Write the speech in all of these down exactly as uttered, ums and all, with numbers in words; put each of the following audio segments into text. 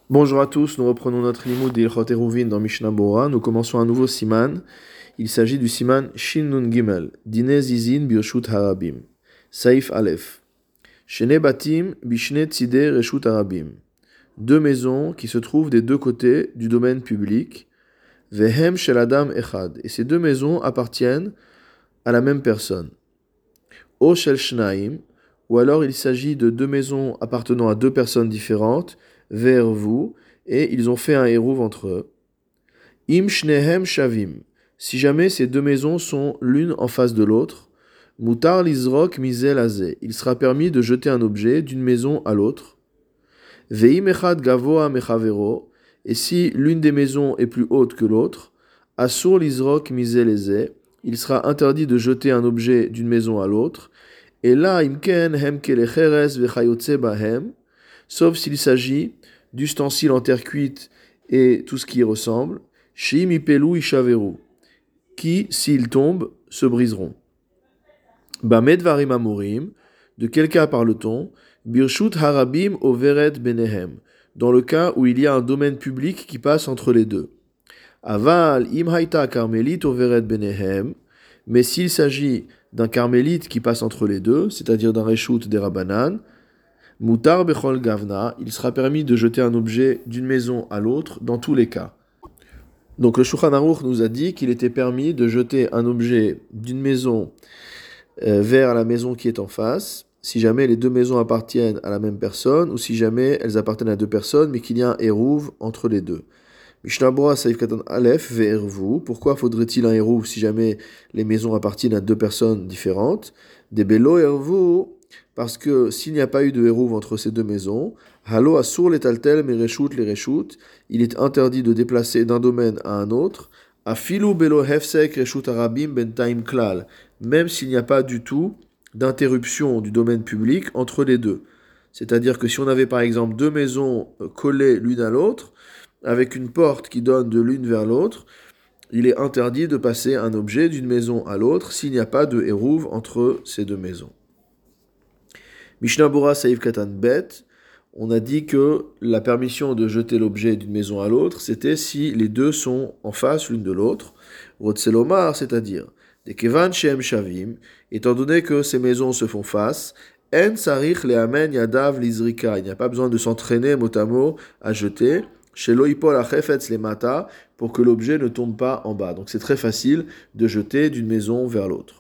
Bonjour à tous, nous reprenons notre limoud d'Ilchot Eruvin dans Mishnah Bora. Nous commençons un nouveau siman. Il s'agit du siman Shin Nun Gimel, Dine Zizin Birshut Harabim. Saif Aleph. Shene Batim Bishne Tzide Reshut Harabim. Deux maisons qui se trouvent des deux côtés du domaine public. Vehem Shel Adam Echad. Et ces deux maisons appartiennent à la même personne. O Shel Shnaim. Ou alors il s'agit de deux maisons appartenant à deux personnes différentes. Vers vous, et ils ont fait un hérouv entre eux. Im shnehem shavim. Si jamais ces deux maisons sont l'une en face de l'autre, mutar lizrok mizel azeh. Il sera permis de jeter un objet d'une maison à l'autre. Veim echad gavoa mechavero. Et si l'une des maisons est plus haute que l'autre, asur lizrok mizel azeh. Il sera interdit de jeter un objet d'une maison à l'autre. Et là, imken hem kelecheres vechayotze bahem. Sauf s'il s'agit d'ustensiles en terre cuite et tout ce qui y ressemble, Shim ipelu ishaveru, qui, s'ils tombent, se briseront. Bamed varim amorim, de quel cas parle-t-on? Birshut harabim overet benehem, dans le cas où il y a un domaine public qui passe entre les deux. Aval im haïta carmélite overet benehem, mais s'il s'agit d'un carmélite qui passe entre les deux, c'est-à-dire d'un reshut des rabanan, Mutar bechol gavna, il sera permis de jeter un objet d'une maison à l'autre dans tous les cas. Donc le Shulchan Aruch nous a dit qu'il était permis de jeter un objet d'une maison euh, vers la maison qui est en face, si jamais les deux maisons appartiennent à la même personne, ou si jamais elles appartiennent à deux personnes, mais qu'il y a un hérouv entre les deux. Mishnah Bora Saif Katan Aleph ve'ervu. Pourquoi faudrait-il un hérouv si jamais les maisons appartiennent à deux personnes différentes? Des belo ervu. Parce que s'il n'y a pas eu de hérouv entre ces deux maisons, halo asur les taltel mais reshut les reshut, il est interdit de déplacer d'un domaine à un autre, afilu belo hefsek reshut arabim bentaim klal, même s'il n'y a pas du tout d'interruption du domaine public entre les deux. C'est-à-dire que si on avait par exemple deux maisons collées l'une à l'autre, avec une porte qui donne de l'une vers l'autre, il est interdit de passer un objet d'une maison à l'autre s'il n'y a pas de hérouv entre ces deux maisons. Mishnah Bora Saïf Katan Bet, on a dit que la permission de jeter l'objet d'une maison à l'autre, c'était si les deux sont en face l'une de l'autre. Rotselomar, c'est-à-dire des Kevan Shem Shavim, étant donné que ces maisons se font face, En Sarich Leamen Yadav Lizrika, il n'y a pas besoin de s'entraîner mot à mot à jeter, chez Loipol Achefetz Lemata, pour que l'objet ne tombe pas en bas. Donc c'est très facile de jeter d'une maison vers l'autre.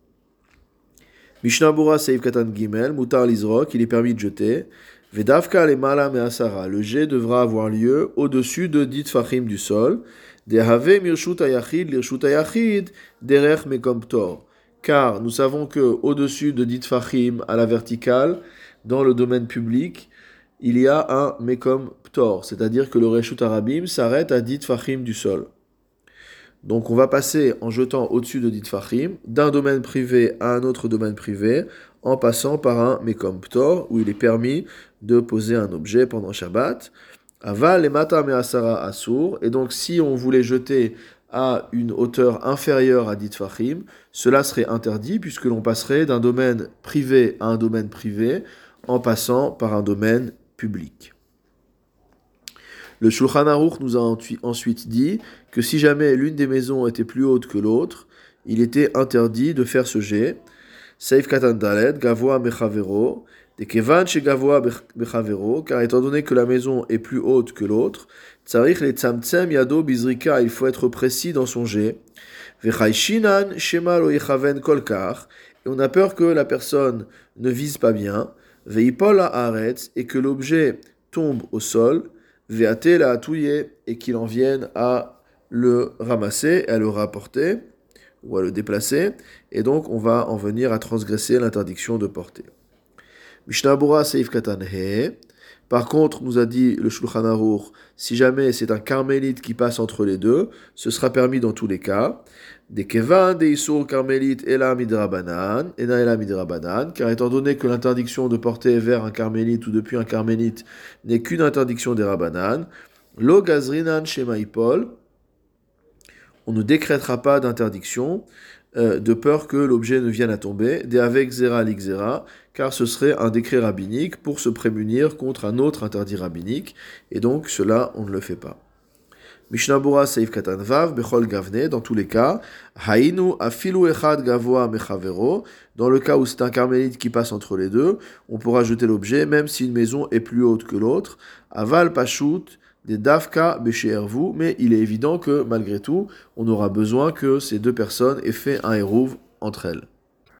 Mishnah Bora Seif Katan Gimel, Mutar Lizrok, il est permis de jeter. Vedavka le Mala Measara, le jet devra avoir lieu au-dessus de dix fachim du sol. Dehave Mirshut Ayachid, Lirshut Ayachid, Derech Mekomptor. Car nous savons que au-dessus de dix fachim à la verticale, dans le domaine public, il y a un Mekom Ptor, c'est-à-dire que le Reshut Arabim s'arrête à dix fachim du sol. Donc on va passer en jetant au-dessus de dix fachim, d'un domaine privé à un autre domaine privé, en passant par un Mekom Ptor, où il est permis de poser un objet pendant Shabbat. Aval et Mata Measara Asur, et donc si on voulait jeter à une hauteur inférieure à dix fachim, cela serait interdit puisque l'on passerait d'un domaine privé à un domaine privé, en passant par un domaine public. Le Shulchan Aruch nous a ensuite dit que si jamais l'une des maisons était plus haute que l'autre, il était interdit de faire ce jet. Seif Katan Dalet, Gavoa Mechavero, de Kevan chez Gavoa Mechavero, car étant donné que la maison est plus haute que l'autre, Tsarich le Tzamtzem Yado Bizrika, il faut être précis dans son jet. Vechai Shinan Shema Lo Yechaven Kolkar, et on a peur que la personne ne vise pas bien. Veipol Haaretz, et que l'objet tombe au sol. Veate la atouye, et qu'il en vienne à le ramasser, à le rapporter, ou à le déplacer, et donc on va en venir à transgresser l'interdiction de porter. Mishnah Bora Seif Katan He. Par contre, nous a dit le Shulchan Aruch, si jamais c'est un carmélite qui passe entre les deux, ce sera permis dans tous les cas. Des kevan, des isur carmélite, ela midrabanan, ena ela midrabanan, car étant donné que l'interdiction de porter vers un carmélite ou depuis un carmélite n'est qu'une interdiction des rabanan, lo gazrinan shemaipol, on ne décrétera pas d'interdiction, euh, de peur que l'objet ne vienne à tomber, de avec zera l'ixera, car ce serait un décret rabbinique pour se prémunir contre un autre interdit rabbinique, et donc cela, on ne le fait pas. Mishnah Bora Seif Katan Vav, Bechol Gavne, dans tous les cas, Hainu Afilu Echad Gavoa Mechavero, dans le cas où c'est un carmélite qui passe entre les deux, on pourra jeter l'objet même si une maison est plus haute que l'autre. Aval Pashut, des Davka Besheervu, mais il est évident que malgré tout, on aura besoin que ces deux personnes aient fait un hérouv entre elles.